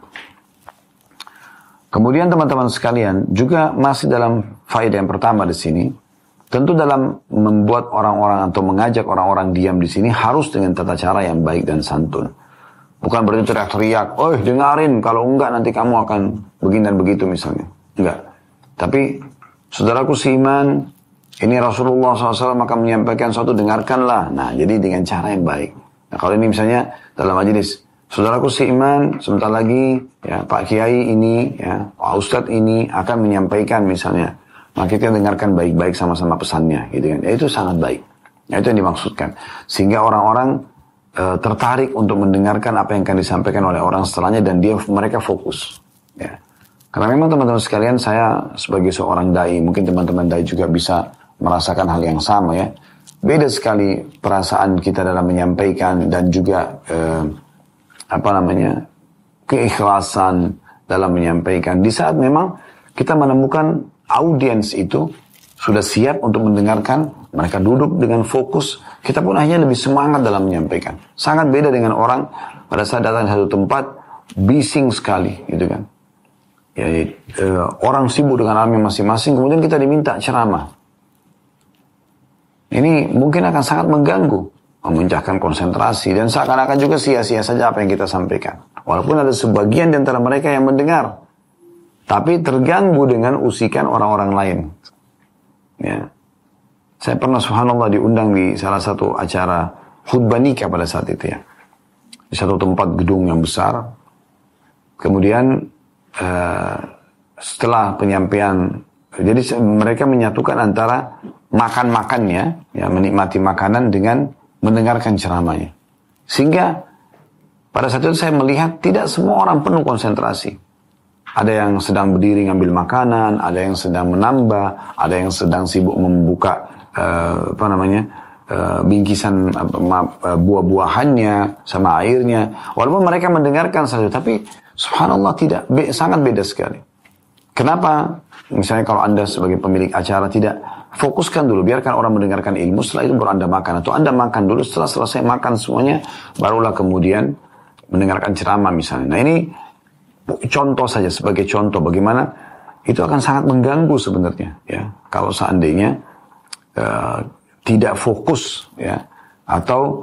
Kemudian teman-teman sekalian juga masih dalam faedah yang pertama di sini Tentu dalam membuat orang-orang atau mengajak orang-orang diam di sini harus dengan tata cara yang baik dan santun. Bukan berarti teriak-teriak, oh dengarin, kalau enggak nanti kamu akan begini dan begitu misalnya. Enggak. Tapi, saudaraku seiman, ini Rasulullah SAW akan menyampaikan suatu, dengarkanlah. Nah, jadi dengan cara yang baik. Nah, kalau ini misalnya dalam majelis, saudaraku seiman, sebentar lagi ya Pak Kiai ini, ya Pak Ustadz ini akan menyampaikan misalnya. Maka kita dengarkan baik-baik sama-sama pesannya, gitu kan. Ya, itu sangat baik. Nah, itu yang dimaksudkan. Sehingga orang-orang tertarik untuk mendengarkan apa yang akan disampaikan oleh orang setelahnya dan mereka fokus. Ya. Karena memang teman-teman sekalian, saya sebagai seorang dai, mungkin teman-teman dai juga bisa merasakan hal yang sama ya. Beda sekali perasaan kita dalam menyampaikan dan juga keikhlasan dalam menyampaikan. Di saat memang kita menemukan audiens itu sudah siap untuk mendengarkan, mereka duduk dengan fokus, kita pun akhirnya lebih semangat dalam menyampaikan. Sangat beda dengan orang pada saat datang di satu tempat, bising sekali, gitu kan. Ya, orang sibuk dengan alamnya masing-masing, kemudian kita diminta ceramah. Ini mungkin akan sangat mengganggu, memecahkan konsentrasi, dan seakan-akan juga sia-sia saja apa yang kita sampaikan. Walaupun ada sebagian di antara mereka yang mendengar, tapi terganggu dengan usikan orang-orang lain. Ya. Saya pernah subhanallah diundang di salah satu acara khutbah nikah pada saat itu ya. Di satu tempat gedung yang besar. Kemudian setelah penyampaian, jadi mereka menyatukan antara makan-makannya, ya, menikmati makanan dengan mendengarkan ceramahnya. Sehingga pada saat itu saya melihat tidak semua orang penuh konsentrasi. Ada yang sedang berdiri ngambil makanan, ada yang sedang menambah, ada yang sedang sibuk membuka bingkisan buah-buahannya sama airnya. Walaupun mereka mendengarkan saja, tapi subhanallah sangat beda sekali. Kenapa? Misalnya kalau Anda sebagai pemilik acara tidak fokuskan dulu, biarkan orang mendengarkan ilmu, setelah itu baru Anda makan. Atau Anda makan dulu, setelah selesai makan semuanya, barulah kemudian mendengarkan ceramah misalnya. Nah ini contoh saja, sebagai contoh bagaimana itu akan sangat mengganggu sebenarnya ya kalau seandainya tidak fokus ya atau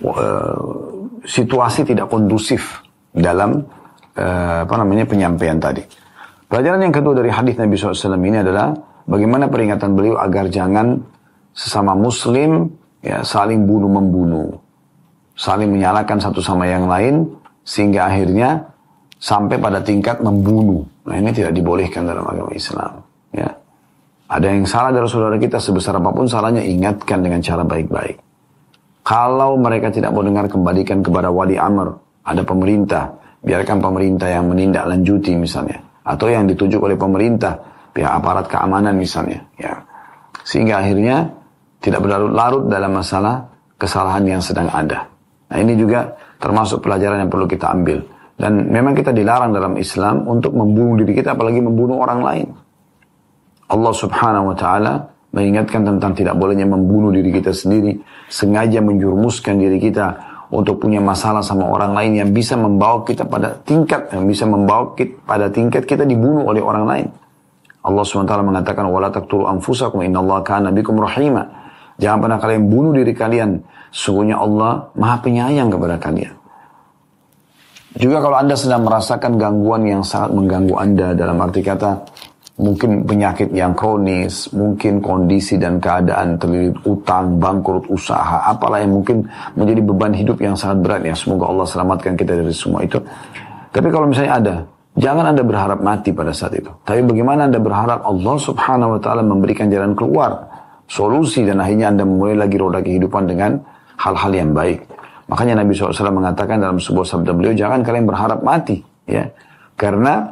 situasi tidak kondusif dalam penyampaian tadi. Pelajaran yang kedua dari hadis Nabi SAW ini adalah bagaimana peringatan beliau agar jangan sesama muslim ya saling bunuh-membunuh, saling menyalahkan satu sama yang lain sehingga akhirnya sampai pada tingkat membunuh. Nah ini tidak dibolehkan dalam agama Islam. Ya. Ada yang salah dari saudara kita, sebesar apapun salahnya, ingatkan dengan cara baik-baik. Kalau mereka tidak mau dengar, kembalikan kepada wali amr. Ada pemerintah, biarkan pemerintah yang menindaklanjuti misalnya. Atau yang dituju oleh pemerintah, pihak aparat keamanan misalnya. Ya. Sehingga akhirnya tidak berlarut-larut dalam masalah kesalahan yang sedang ada. Nah ini juga termasuk pelajaran yang perlu kita ambil. Dan memang kita dilarang dalam Islam untuk membunuh diri kita, apalagi membunuh orang lain. Allah Subhanahu wa Ta'ala mengingatkan tentang tidak bolehnya membunuh diri kita sendiri, sengaja menjurumuskan diri kita untuk punya masalah sama orang lain yang bisa membawa kita pada tingkat, kita dibunuh oleh orang lain. Allah Subhanahu wa Ta'ala mengatakan, "Wala taqtulu anfusakum innallaha kana bikum rahima." Jangan pernah kalian bunuh diri kalian, sesungguhnya Allah Maha Penyayang kepada kalian. Juga kalau Anda sedang merasakan gangguan yang sangat mengganggu Anda, dalam arti kata mungkin penyakit yang kronis, mungkin kondisi dan keadaan terlilit utang, bangkrut usaha, apalah yang mungkin menjadi beban hidup yang sangat berat ya. Semoga Allah selamatkan kita dari semua itu. Tapi kalau misalnya ada, jangan Anda berharap mati pada saat itu. Tapi bagaimana Anda berharap Allah Subhanahu wa Ta'ala memberikan jalan keluar, solusi, dan akhirnya Anda memulai lagi roda kehidupan dengan hal-hal yang baik. Makanya Nabi SAW mengatakan dalam sebuah sabda beliau, jangan kalian berharap mati, ya, karena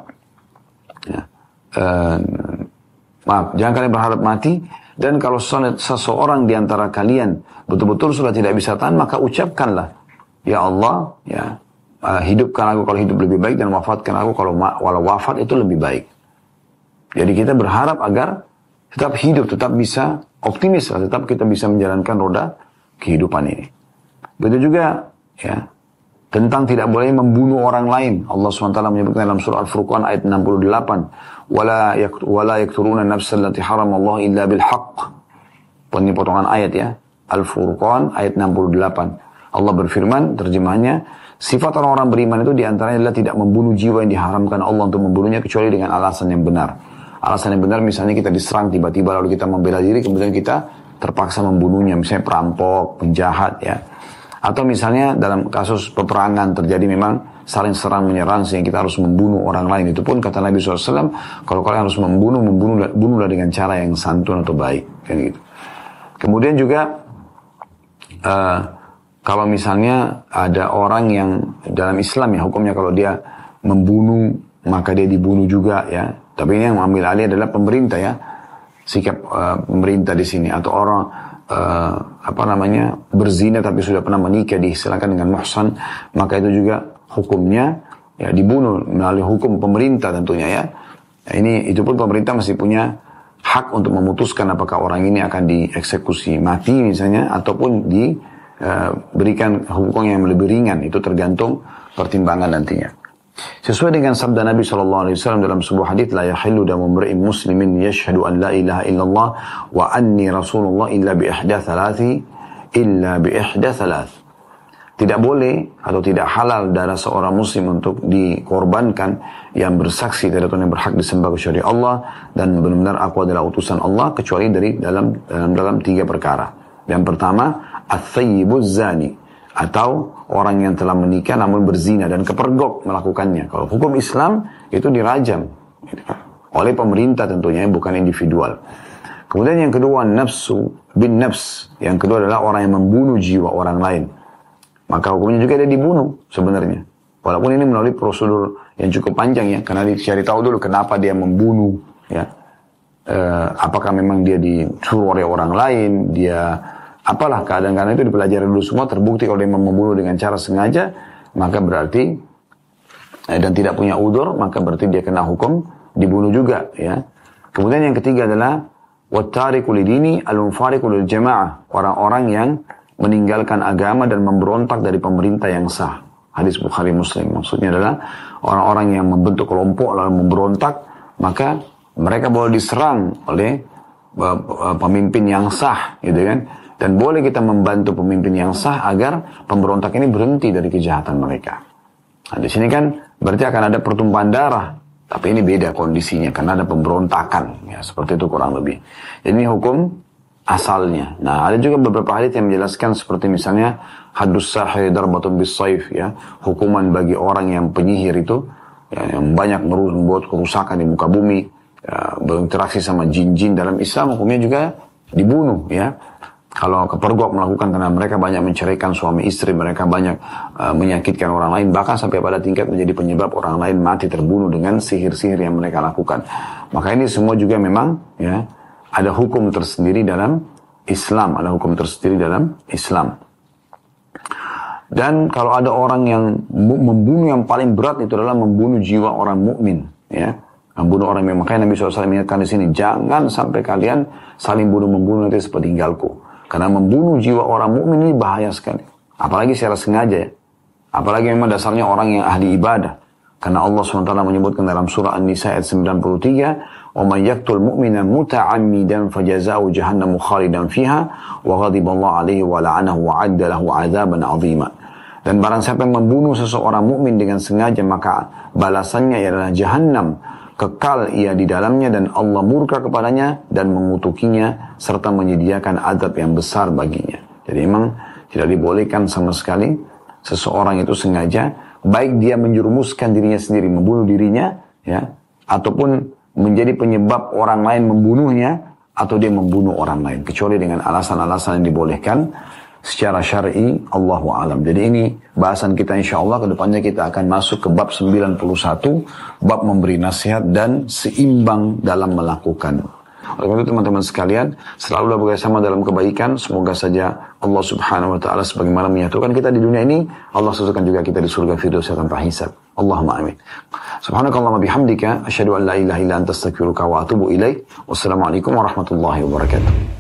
jangan kalian berharap mati, dan kalau seseorang di antara kalian betul-betul sudah tidak bisa tahan, maka ucapkanlah, ya Allah, ya, hidupkan aku kalau hidup lebih baik, dan wafatkan aku kalau wafat itu lebih baik. Jadi kita berharap agar tetap hidup, tetap bisa optimis, tetap kita bisa menjalankan roda kehidupan ini. Begitu juga ya tentang tidak boleh membunuh orang lain. Allah SWT menyebutkan dalam surah Al-Furqan ayat 68, wala yakturuna nafsan allati haramallahu illa bil haqq. Ini potongan ayat ya. Al-Furqan ayat 68. Allah berfirman, terjemahnya, sifat orang-orang beriman itu diantaranya adalah tidak membunuh jiwa yang diharamkan Allah untuk membunuhnya kecuali dengan alasan yang benar. Alasan yang benar misalnya kita diserang tiba-tiba lalu kita membela diri kemudian kita terpaksa membunuhnya, misalnya perampok, penjahat ya. Atau misalnya dalam kasus peperangan terjadi memang saling serang menyerang sehingga kita harus membunuh orang lain. Itu pun kata Nabi SAW, kalau kalian harus bunuhlah dengan cara yang santun atau baik. Kan gitu. Kemudian juga kalau misalnya ada orang yang dalam Islam ya hukumnya kalau dia membunuh maka dia dibunuh juga ya. Tapi ini yang mengambil alih adalah pemerintah ya. Sikap pemerintah di sini atau orang berzina tapi sudah pernah menikah diistilahkan dengan muhsan, maka itu juga hukumnya ya dibunuh melalui hukum pemerintah tentunya ya. Itu pun pemerintah masih punya hak untuk memutuskan apakah orang ini akan dieksekusi mati misalnya ataupun diberikan hukuman yang lebih ringan. Itu tergantung pertimbangan nantinya. Sesuai dengan sabda Nabi SAW dalam sebuah hadits, la yahillu damu imri'in muslimin yashhadu an la ilaha illallah wa anni rasulullah illa bi ihda thalath. Tidak boleh atau tidak halal darah seorang muslim untuk dikorbankan yang bersaksi tidak ada yang berhak disembah kecuali Allah dan benar-benar aku adalah utusan Allah kecuali dari dalam 3 perkara. Yang pertama, ats-tsayyibuz zani, atau orang yang telah menikah namun berzina dan kepergok melakukannya. Kalau hukum Islam itu dirajam oleh pemerintah tentunya, bukan individual. Kemudian yang kedua, nafsu bin nafs. Yang kedua adalah orang yang membunuh jiwa orang lain. Maka hukumnya juga dia dibunuh sebenarnya. Walaupun ini melalui prosedur yang cukup panjang ya, karena dicari tahu dulu kenapa dia membunuh ya. Apakah memang dia disuruh oleh orang lain, dia apalah keadaan-keadaan itu dipelajari dulu semua, terbukti kalau dia membunuh dengan cara sengaja, maka berarti dan tidak punya udzur, maka berarti dia kena hukum dibunuh juga ya. Kemudian yang ketiga adalah wattariqu lidini al-mufariqu lil jamaah, orang-orang yang meninggalkan agama dan memberontak dari pemerintah yang sah. Hadis Bukhari Muslim. Maksudnya adalah orang-orang yang membentuk kelompok lalu memberontak, maka mereka boleh diserang oleh pemimpin yang sah, gitu kan? Dan boleh kita membantu pemimpin yang sah agar pemberontak ini berhenti dari kejahatan mereka. Nah, di sini kan berarti akan ada pertumpahan darah. Tapi ini beda kondisinya karena ada pemberontakan. Ya, seperti itu kurang lebih. Jadi ini hukum asalnya. Nah, ada juga beberapa hadits yang menjelaskan seperti misalnya haddus sahir darbatun bis-saif ya, hukuman bagi orang yang penyihir itu ya, yang banyak membuat kerusakan di muka bumi, ya, berinteraksi sama jin-jin dalam Islam hukumnya juga dibunuh ya. Kalau kepergok melakukan karena mereka banyak menceraikan suami istri, mereka banyak menyakitkan orang lain, bahkan sampai pada tingkat menjadi penyebab orang lain mati terbunuh dengan sihir-sihir yang mereka lakukan. Maka ini semua juga memang ya ada hukum tersendiri dalam Islam, ada hukum tersendiri dalam Islam. Dan kalau ada orang yang membunuh yang paling berat itu adalah membunuh jiwa orang mukmin, ya. Membunuh orang yang makanya Nabi SAW mengingatkan di sini, jangan sampai kalian saling bunuh-membunuh nanti seperti tinggalku. Karena membunuh jiwa orang mukmin ini bahaya sekali. Apalagi secara sengaja ya. Apalagi memang dasarnya orang yang ahli ibadah. Karena Allah SWT menyebutkan dalam surah An-Nisa ayat 93, وَمَنْ يَقْتُلْ مُؤْمِنًا مُتَعَمِّدًا فَجَزَاؤُهُ جَهَنَّمُ خَالِدًا فِيهَا وَغَضِبَ اللَّهُ عَلَيْهِ وَلَعَنَهُ وَأَعَدَّ لَهُ عَذَابًا عَظِيمًا. Dan barang siapa yang membunuh seseorang mukmin dengan sengaja, maka balasannya ialah Jahannam, kekal ia di dalamnya dan Allah murka kepadanya dan mengutukinya serta menyediakan azab yang besar baginya. Jadi memang tidak dibolehkan sama sekali seseorang itu sengaja, baik dia menjerumuskan dirinya sendiri, membunuh dirinya, ya, ataupun menjadi penyebab orang lain membunuhnya, atau dia membunuh orang lain, kecuali dengan alasan-alasan yang dibolehkan secara syar'i, Allahu a'lam. Jadi ini bahasan kita insyaAllah, kedepannya kita akan masuk ke bab 91, bab memberi nasihat dan seimbang dalam melakukan. Oleh itu teman-teman sekalian, selalulah bersama dalam kebaikan. Semoga saja Allah subhanahu wa ta'ala sebagaimana menyatukan kita di dunia ini, Allah satukan juga kita di surga firdaus tanpa hisab. Allahumma amin. Subhanakallahumma bihamdika, asyhadu an la ilaha illa anta astaghfiruka wa atubu ilaik. Wassalamualaikum warahmatullahi wabarakatuh.